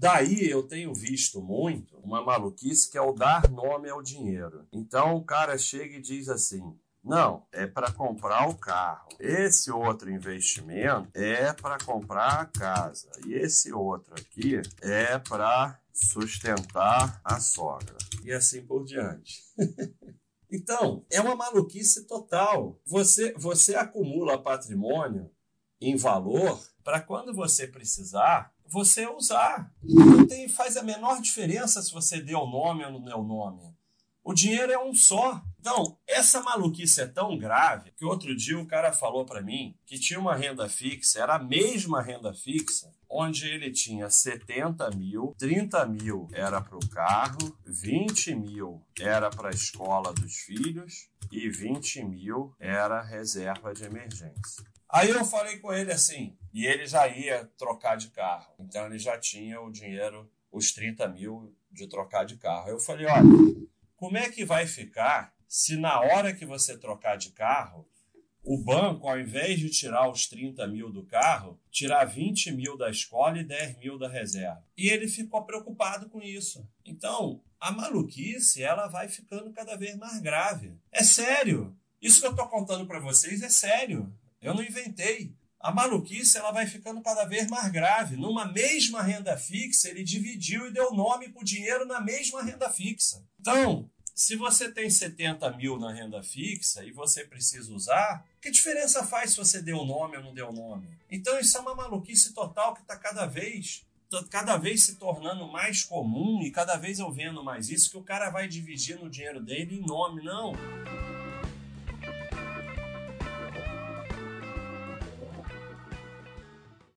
Daí eu tenho visto muito uma maluquice que é o dar nome ao dinheiro. Então o cara chega e diz assim: não, é para comprar o carro. Esse outro investimento é para comprar a casa. E esse outro aqui é para sustentar a sogra. E assim por diante. Então, é uma maluquice total. Você acumula patrimônio em valor para quando você precisar, você usar. Não faz a menor diferença se você deu o nome ou não deu o nome. O dinheiro é um só. Então, essa maluquice é tão grave que outro dia o cara falou para mim que tinha uma renda fixa, era a mesma renda fixa, onde ele tinha 70 mil, 30 mil era para o carro, 20 mil era para a escola dos filhos e 20 mil era reserva de emergência. Aí eu falei com ele assim, e ele já ia trocar de carro, então ele já tinha o dinheiro, os 30 mil de trocar de carro. Eu falei, olha, como é que vai ficar se na hora que você trocar de carro, o banco, ao invés de tirar os 30 mil do carro, tirar 20 mil da escola e 10 mil da reserva? E ele ficou preocupado com isso. Então, a maluquice, ela vai ficando cada vez mais grave. É sério. Isso que eu estou contando para vocês é sério. Eu não inventei. A maluquice, ela vai ficando cada vez mais grave. Numa mesma renda fixa, ele dividiu e deu nome para o dinheiro na mesma renda fixa. Então, se você tem 70 mil na renda fixa e você precisa usar, que diferença faz se você deu nome ou não deu nome? Então, isso é uma maluquice total que está cada vez se tornando mais comum e cada vez eu vendo mais isso, que o cara vai dividir no dinheiro dele em nome. Não.